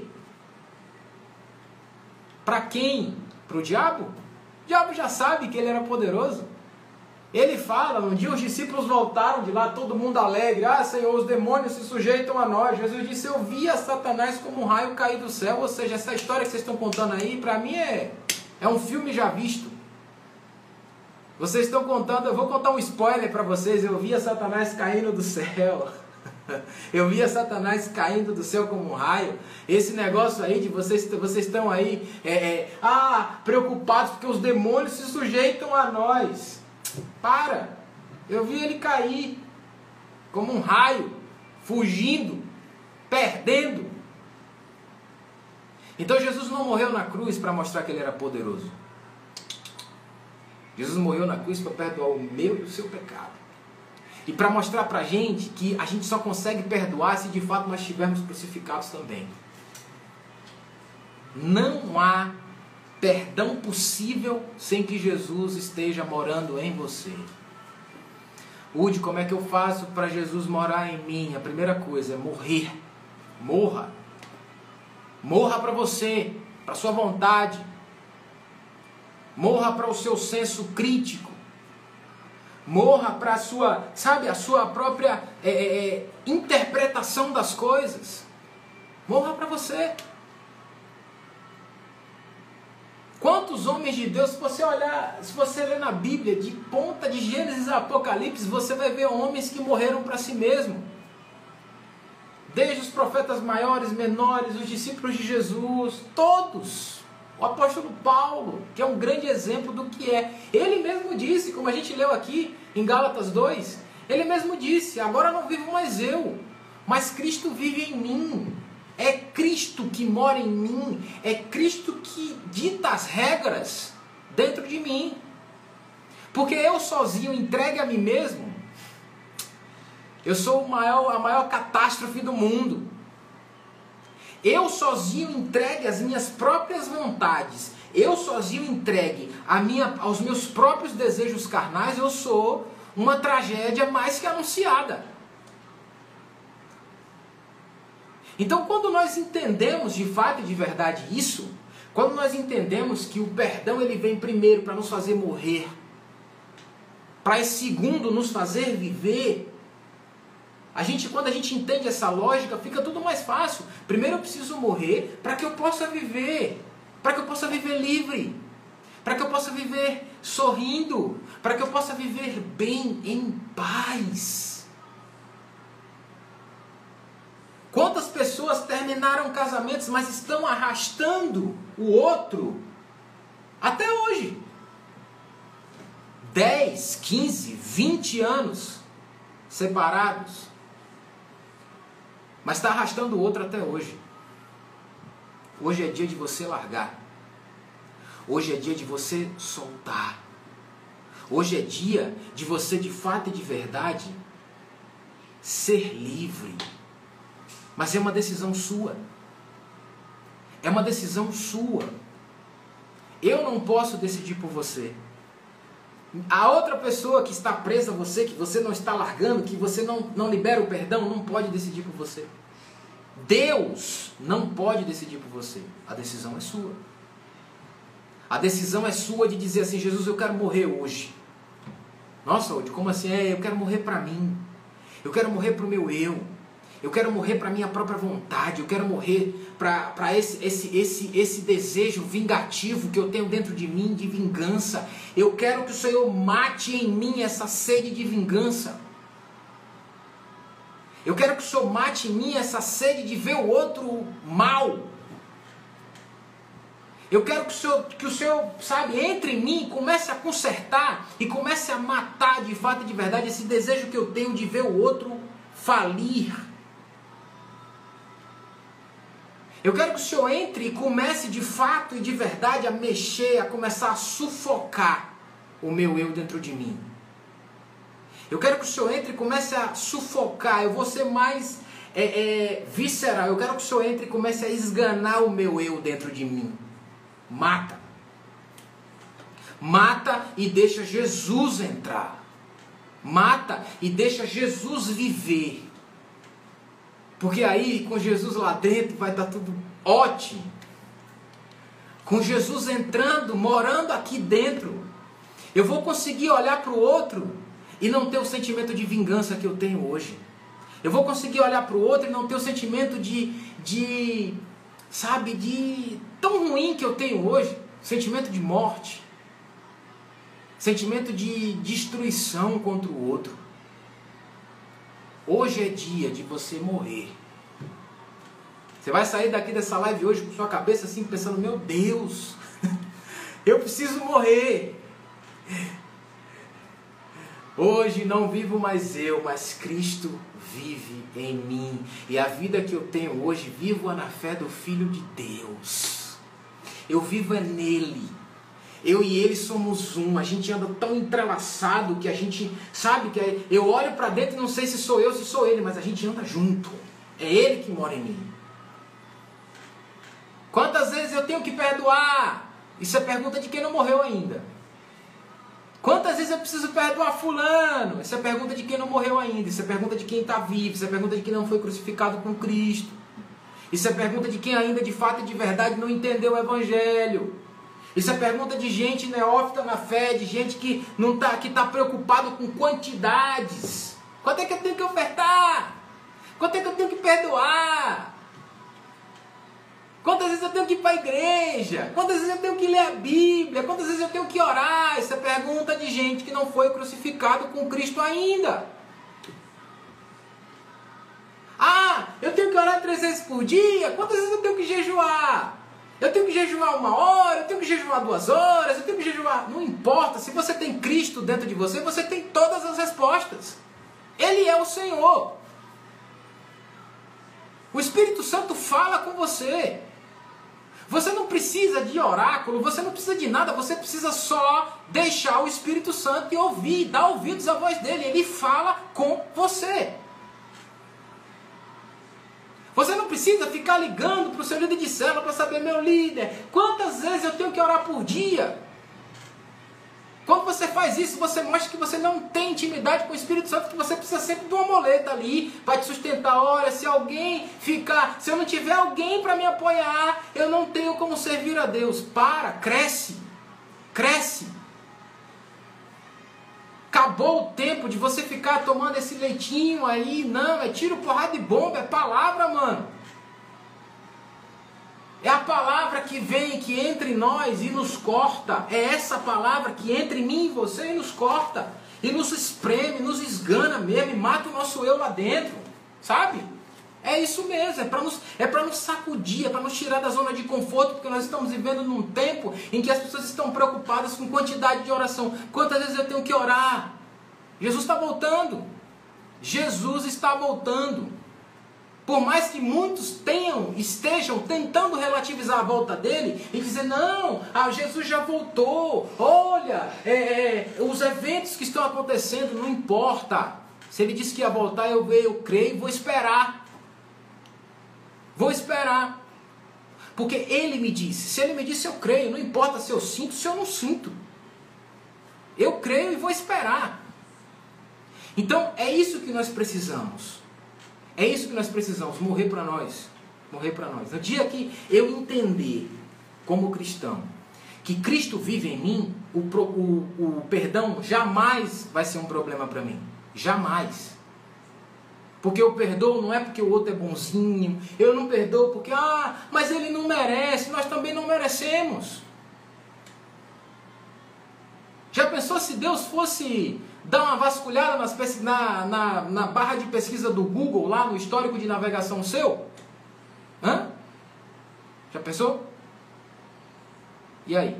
Para quem? Para o diabo? O diabo já sabe que ele era poderoso. Ele fala, um dia os discípulos voltaram de lá, todo mundo alegre. Ah, Senhor, os demônios se sujeitam a nós. Jesus disse, eu via Satanás como um raio cair do céu. Ou seja, essa história que vocês estão contando aí, para mim é um filme já visto. Vocês estão contando, eu vou contar um spoiler para vocês. Eu via Satanás caindo do céu. Eu via Satanás caindo do céu como um raio. Esse negócio aí de vocês estão aí preocupados porque os demônios se sujeitam a nós. Para! Eu vi ele cair como um raio, fugindo, perdendo. Então Jesus não morreu na cruz para mostrar que ele era poderoso. Jesus morreu na cruz para perdoar o meu e o seu pecado. E para mostrar para a gente que a gente só consegue perdoar se de fato nós estivermos crucificados também. Não há perdão possível sem que Jesus esteja morando em você. Ude, como é que eu faço para Jesus morar em mim? A primeira coisa é morrer. Morra. Morra para você, para sua vontade. Morra para o seu senso crítico. Morra para a sua própria interpretação das coisas. Morra para você. Quantos homens de Deus, se você ler na Bíblia, de ponta de Gênesis a Apocalipse, você vai ver homens que morreram para si mesmo. Desde os profetas maiores, menores, os discípulos de Jesus, todos. O apóstolo Paulo, que é um grande exemplo do que é. Ele mesmo disse, como a gente leu aqui em Gálatas 2, ele mesmo disse, agora não vivo mais eu, mas Cristo vive em mim. É Cristo que mora em mim, é Cristo que dita as regras dentro de mim. Porque eu sozinho, entregue a mim mesmo, eu sou a maior catástrofe do mundo. Eu sozinho entregue as minhas próprias vontades, eu sozinho entregue aos meus próprios desejos carnais, eu sou uma tragédia mais que anunciada. Então, quando nós entendemos de fato e de verdade isso, quando nós entendemos que o perdão ele vem primeiro para nos fazer morrer, para segundo nos fazer viver, quando a gente entende essa lógica, fica tudo mais fácil. Primeiro eu preciso morrer para que eu possa viver, para que eu possa viver livre, para que eu possa viver sorrindo, para que eu possa viver bem, em paz. Quantas pessoas terminaram casamentos, mas estão arrastando o outro até hoje? 10, 15, 20 anos separados, mas está arrastando o outro até hoje. Hoje é dia de você largar. Hoje é dia de você soltar. Hoje é dia de você, de fato e de verdade, ser livre. Mas é uma decisão sua. É uma decisão sua. Eu não posso decidir por você. A outra pessoa que está presa a você, que você não está largando, que você não libera o perdão, não pode decidir por você. Deus não pode decidir por você. A decisão é sua. A decisão é sua de dizer assim: Jesus, eu quero morrer hoje. Nossa, Odi, como assim? Eu quero morrer para mim. Eu quero morrer para o meu eu. Eu quero morrer para a minha própria vontade. Eu quero morrer para esse desejo vingativo que eu tenho dentro de mim, de vingança. Eu quero que o Senhor mate em mim essa sede de vingança. Eu quero que o Senhor mate em mim essa sede de ver o outro mal. Eu quero que o Senhor, sabe, entre em mim e comece a consertar e comece a matar de fato e de verdade esse desejo que eu tenho de ver o outro falir. Eu quero que o Senhor entre e comece de fato e de verdade a mexer, a começar a sufocar o meu eu dentro de mim. Eu quero que o Senhor entre e comece a sufocar. Eu vou ser mais visceral. Eu quero que o Senhor entre e comece a esganar o meu eu dentro de mim. Mata. Mata e deixa Jesus entrar. Mata e deixa Jesus viver. Porque aí, com Jesus lá dentro, vai estar tudo ótimo. Com Jesus entrando, morando aqui dentro, eu vou conseguir olhar para o outro e não ter o sentimento de vingança que eu tenho hoje. Eu vou conseguir olhar para o outro e não ter o sentimento de tão ruim que eu tenho hoje. Sentimento de morte. Sentimento de destruição contra o outro. Hoje é dia de você morrer. Você vai sair daqui dessa live hoje com sua cabeça assim, pensando: meu Deus, eu preciso morrer. Hoje não vivo mais eu, mas Cristo vive em mim. E a vida que eu tenho hoje, vivo-a na fé do Filho de Deus. Eu vivo é nele. Eu e ele somos um. A gente anda tão entrelaçado que a gente sabe que eu olho para dentro e não sei se sou eu, se sou ele, mas a gente anda junto. É ele que mora em mim. Quantas vezes eu tenho que perdoar? Isso é pergunta de quem não morreu ainda. Quantas vezes eu preciso perdoar fulano? Isso é pergunta de quem não morreu ainda. Isso é pergunta de quem está vivo. Isso é pergunta de quem não foi crucificado com Cristo. Isso é pergunta de quem ainda de fato e de verdade não entendeu o Evangelho. Isso é pergunta de gente neófita na fé, de gente que está preocupado com quantidades. Quanto é que eu tenho que ofertar? Quanto é que eu tenho que perdoar? Quantas vezes eu tenho que ir para a igreja? Quantas vezes eu tenho que ler a Bíblia? Quantas vezes eu tenho que orar? Isso é pergunta de gente que não foi crucificado com Cristo ainda. Ah, eu tenho que orar 3 vezes por dia? Quantas vezes eu tenho que jejuar? Eu tenho que jejuar 1 hora, eu tenho que jejuar 2 horas, eu tenho que jejuar... Não importa, se você tem Cristo dentro de você, você tem todas as respostas. Ele é o Senhor. O Espírito Santo fala com você. Você não precisa de oráculo, você não precisa de nada, você precisa só deixar o Espírito Santo e ouvir, dar ouvidos à voz dele. Ele fala com você. Você não precisa ficar ligando para o seu líder de célula para saber: meu líder, quantas vezes eu tenho que orar por dia? Quando você faz isso, você mostra que você não tem intimidade com o Espírito Santo, que você precisa sempre de uma muleta ali para te sustentar. Olha, se eu não tiver alguém para me apoiar, eu não tenho como servir a Deus. Cresce. Acabou o tempo de você ficar tomando esse leitinho aí. Não, é tiro, porrada e bomba, é palavra, mano. É a palavra que vem, que entra em nós e nos corta. É essa palavra que entra em mim e você e nos corta. E nos espreme, nos esgana mesmo e mata o nosso eu lá dentro. Sabe? É isso mesmo, é para nos sacudir, é para nos tirar da zona de conforto, porque nós estamos vivendo num tempo em que as pessoas estão preocupadas com quantidade de oração. Quantas vezes eu tenho que orar? Jesus está voltando. Jesus está voltando. Por mais que muitos estejam tentando relativizar a volta dele e dizer, não, Jesus já voltou, olha, os eventos que estão acontecendo, não importa. Se ele disse que ia voltar, eu creio e vou esperar. Vou esperar. Porque ele me disse. Se ele me disse, eu creio. Não importa se eu sinto, se eu não sinto. Eu creio e vou esperar. Então, é isso que nós precisamos. É isso que nós precisamos. Morrer para nós. Morrer para nós. No dia que eu entender, como cristão, que Cristo vive em mim, o perdão jamais vai ser um problema para mim. Jamais. Porque eu perdoo não é porque o outro é bonzinho. Eu não perdoo porque, mas ele não merece. Nós também não merecemos. Já pensou se Deus fosse dar uma vasculhada na barra de pesquisa do Google, lá no histórico de navegação seu? Já pensou? E aí?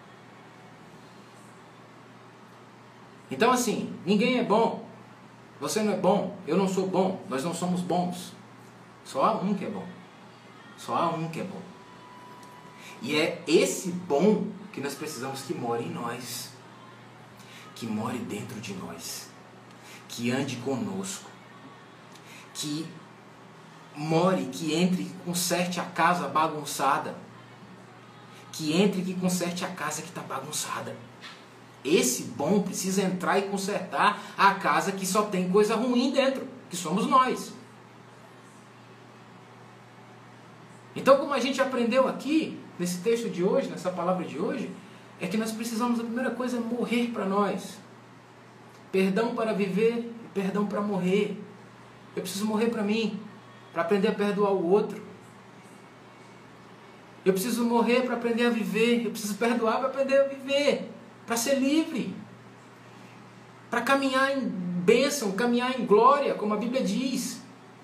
Então assim, ninguém é bom. Você não é bom, eu não sou bom, nós não somos bons. Só há um que é bom. Só há um que é bom. E é esse bom que nós precisamos que more em nós. Que more dentro de nós. Que ande conosco. Que more, que entre e conserte a casa bagunçada. Que entre e conserte a casa que está bagunçada. Esse bom precisa entrar e consertar a casa que só tem coisa ruim dentro, que somos nós. Então, como a gente aprendeu aqui, nesse texto de hoje, nessa palavra de hoje, é que nós precisamos, a primeira coisa é morrer para nós. Perdão para viver e perdão para morrer. Eu preciso morrer para mim, para aprender a perdoar o outro. Eu preciso morrer para aprender a viver. Eu preciso perdoar para aprender a viver. Para ser livre, para caminhar em bênção, caminhar em glória, como a Bíblia diz.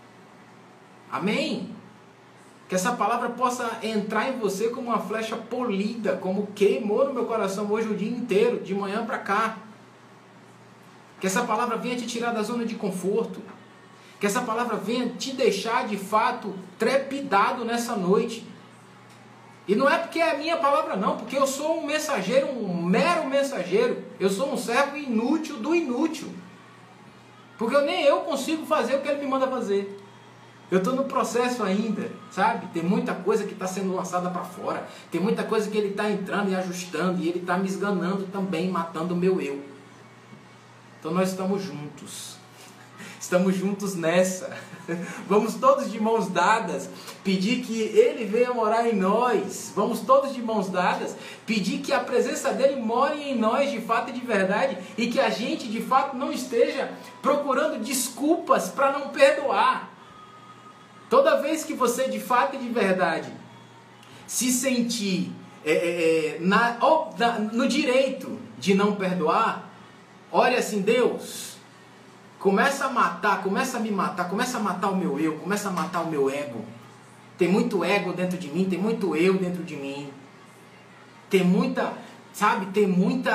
Amém? Que essa palavra possa entrar em você como uma flecha polida, como queimou no meu coração hoje o dia inteiro, de manhã para cá. Que essa palavra venha te tirar da zona de conforto. Que essa palavra venha te deixar de fato trepidado nessa noite. E não é porque é a minha palavra não, porque eu sou um mensageiro, um mero mensageiro. Eu sou um servo inútil do inútil. Porque nem eu consigo fazer o que ele me manda fazer. Eu estou no processo ainda, sabe? Tem muita coisa que está sendo lançada para fora. Tem muita coisa que ele está entrando e ajustando. E ele está me esganando também, matando o meu eu. Então nós estamos juntos. Estamos juntos nessa. Vamos todos de mãos dadas pedir que Ele venha morar em nós. Vamos todos de mãos dadas pedir que a presença dEle more em nós de fato e de verdade. E que a gente de fato não esteja procurando desculpas para não perdoar. Toda vez que você de fato e de verdade se sentir no direito de não perdoar, ore assim: Deus, começa a me matar, começa a matar o meu eu, começa a matar o meu ego. Tem muito ego dentro de mim, tem muito eu dentro de mim. Tem muita, sabe, tem muito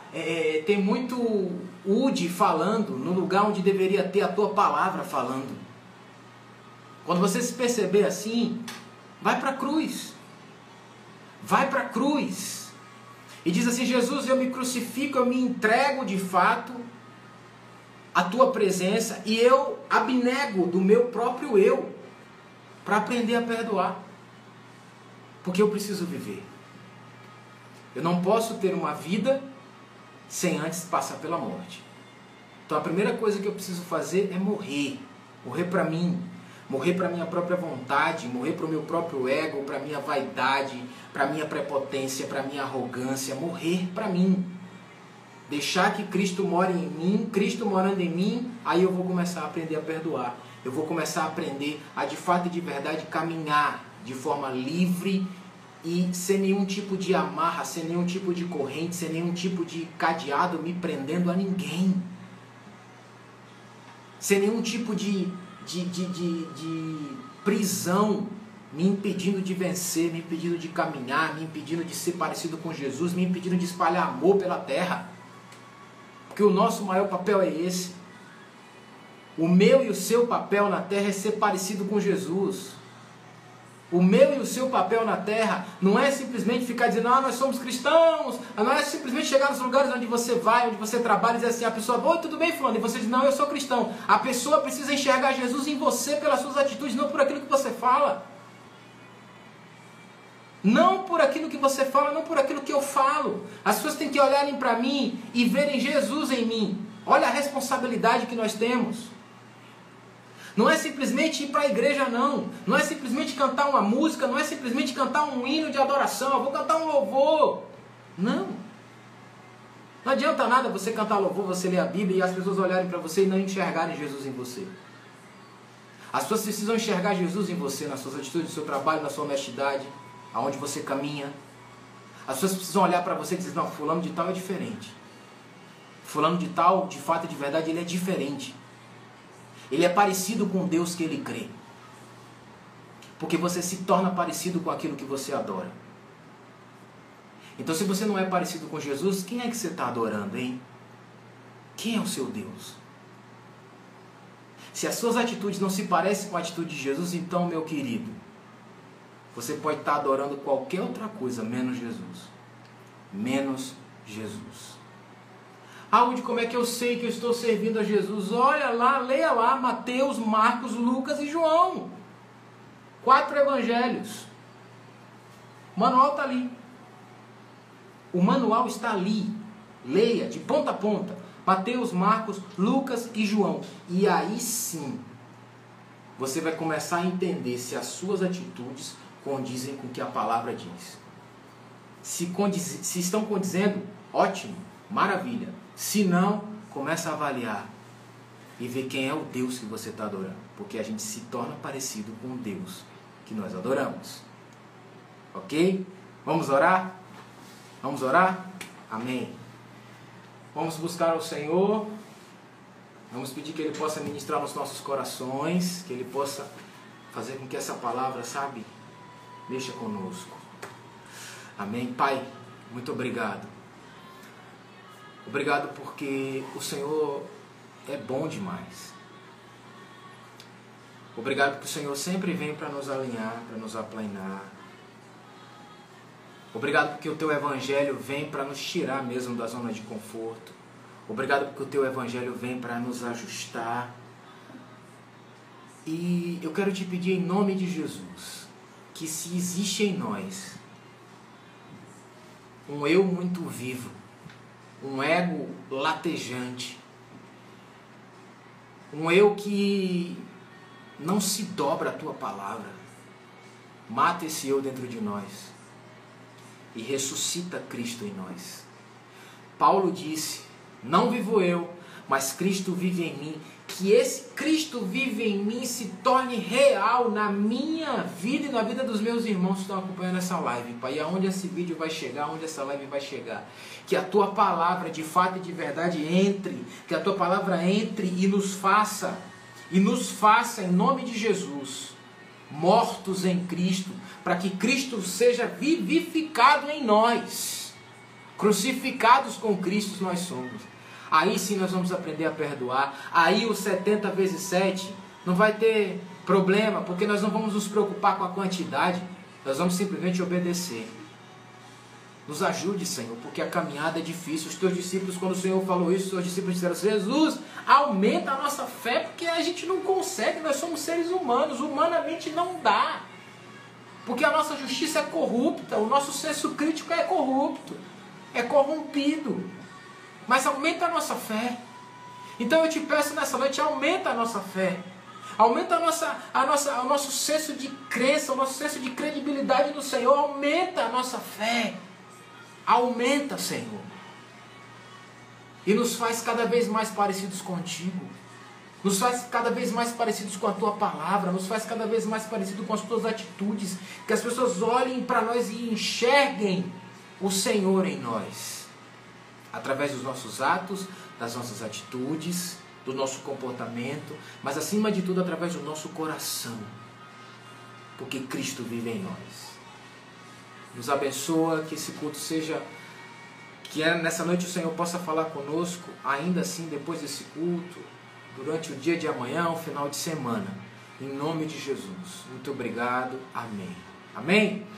Ude falando no lugar onde deveria ter a tua palavra falando. Quando você se perceber assim, vai para a cruz. Vai para a cruz. E diz assim: Jesus, eu me crucifico, eu me entrego de fato a tua presença e eu abnego do meu próprio eu para aprender a perdoar. Porque eu preciso viver. Eu não posso ter uma vida sem antes passar pela morte. Então a primeira coisa que eu preciso fazer é morrer. Morrer para mim. Morrer para a minha própria vontade, morrer para o meu próprio ego, para a minha vaidade, para a minha prepotência, para a minha arrogância. Morrer para mim. Deixar que Cristo more em mim, Cristo morando em mim, aí eu vou começar a aprender a perdoar. Eu vou começar a aprender a de fato e de verdade caminhar de forma livre e sem nenhum tipo de amarra, sem nenhum tipo de corrente, sem nenhum tipo de cadeado me prendendo a ninguém. Sem nenhum tipo de de prisão, me impedindo de vencer, me impedindo de caminhar, me impedindo de ser parecido com Jesus, me impedindo de espalhar amor pela terra. Porque o nosso maior papel é esse. O meu e o seu papel na terra é ser parecido com Jesus. O meu e o seu papel na terra não é simplesmente ficar dizendo, nós somos cristãos, não é simplesmente chegar nos lugares onde você vai, onde você trabalha e dizer assim, a pessoa, oi, tudo bem, fulano? E você diz, não, eu sou cristão. A pessoa precisa enxergar Jesus em você pelas suas atitudes, não por aquilo que você fala. Não por aquilo que você fala, não por aquilo que eu falo. As pessoas têm que olharem para mim e verem Jesus em mim. Olha a responsabilidade que nós temos. Não é simplesmente ir para a igreja, não. Não é simplesmente cantar uma música, não é simplesmente cantar um hino de adoração. Eu vou cantar um louvor. Não. Não adianta nada você cantar louvor, você ler a Bíblia e as pessoas olharem para você e não enxergarem Jesus em você. As pessoas precisam enxergar Jesus em você, nas suas atitudes, no seu trabalho, na sua honestidade, aonde você caminha. As pessoas precisam olhar para você e dizer, não, fulano de tal é diferente. Fulano de tal, de fato e de verdade, ele é diferente. Ele é parecido com o Deus que ele crê. Porque você se torna parecido com aquilo que você adora. Então, se você não é parecido com Jesus, quem é que você está adorando, hein? Quem é o seu Deus? Se as suas atitudes não se parecem com a atitude de Jesus, então, meu querido, você pode estar adorando qualquer outra coisa, menos Jesus. Menos Jesus. Aonde, como é que eu sei que eu estou servindo a Jesus? Olha lá, leia lá, Mateus, Marcos, Lucas e João. 4 evangelhos. O manual está ali. O manual está ali. Leia, de ponta a ponta. Mateus, Marcos, Lucas e João. E aí sim, você vai começar a entender se as suas atitudes condizem com o que a palavra diz. Se estão condizendo, ótimo, maravilha. Se não, começa a avaliar e ver quem é o Deus que você está adorando. Porque a gente se torna parecido com o Deus que nós adoramos. Ok? Vamos orar? Vamos orar? Amém. Vamos buscar ao Senhor. Vamos pedir que Ele possa ministrar nos nossos corações. Que Ele possa fazer com que essa palavra, sabe, mexa conosco. Amém. Pai, muito obrigado. Obrigado porque o Senhor é bom demais. Obrigado porque o Senhor sempre vem para nos alinhar, para nos aplainar. Obrigado porque o Teu Evangelho vem para nos tirar mesmo da zona de conforto. Obrigado porque o Teu Evangelho vem para nos ajustar. E eu quero te pedir em nome de Jesus, que se existe em nós um eu muito vivo, um ego latejante, um eu que não se dobra à Tua palavra, mata esse eu dentro de nós e ressuscita Cristo em nós. Paulo disse, não vivo eu, mas Cristo vive em mim. Que esse Cristo vive em mim se torne real na minha vida e na vida dos meus irmãos que estão acompanhando essa live, Pai. E aonde esse vídeo vai chegar, aonde essa live vai chegar. Que a Tua palavra de fato e de verdade entre. Que a Tua palavra entre e nos faça em nome de Jesus, mortos em Cristo, para que Cristo seja vivificado em nós. Crucificados com Cristo nós somos. Aí sim nós vamos aprender a perdoar. Aí os 70 vezes 7 não vai ter problema, porque nós não vamos nos preocupar com a quantidade. Nós vamos simplesmente obedecer. Nos ajude, Senhor, porque a caminhada é difícil. Os Teus discípulos, quando o Senhor falou isso, os Teus discípulos disseram, Jesus, aumenta a nossa fé, porque a gente não consegue, nós somos seres humanos, humanamente não dá. Porque a nossa justiça é corrupta, o nosso senso crítico é corrupto, é corrompido. Mas aumenta a nossa fé. Então eu te peço nessa noite, aumenta a nossa fé. Aumenta o nosso senso de crença, o nosso senso de credibilidade no Senhor. Aumenta a nossa fé. Aumenta, Senhor. E nos faz cada vez mais parecidos contigo. Nos faz cada vez mais parecidos com a Tua palavra. Nos faz cada vez mais parecidos com as Tuas atitudes. Que as pessoas olhem para nós e enxerguem o Senhor em nós. Através dos nossos atos, das nossas atitudes, do nosso comportamento, mas acima de tudo através do nosso coração, porque Cristo vive em nós. Nos abençoa, que esse culto seja, que nessa noite o Senhor possa falar conosco, ainda assim depois desse culto, durante o dia de amanhã, o final de semana, em nome de Jesus. Muito obrigado, amém. Amém?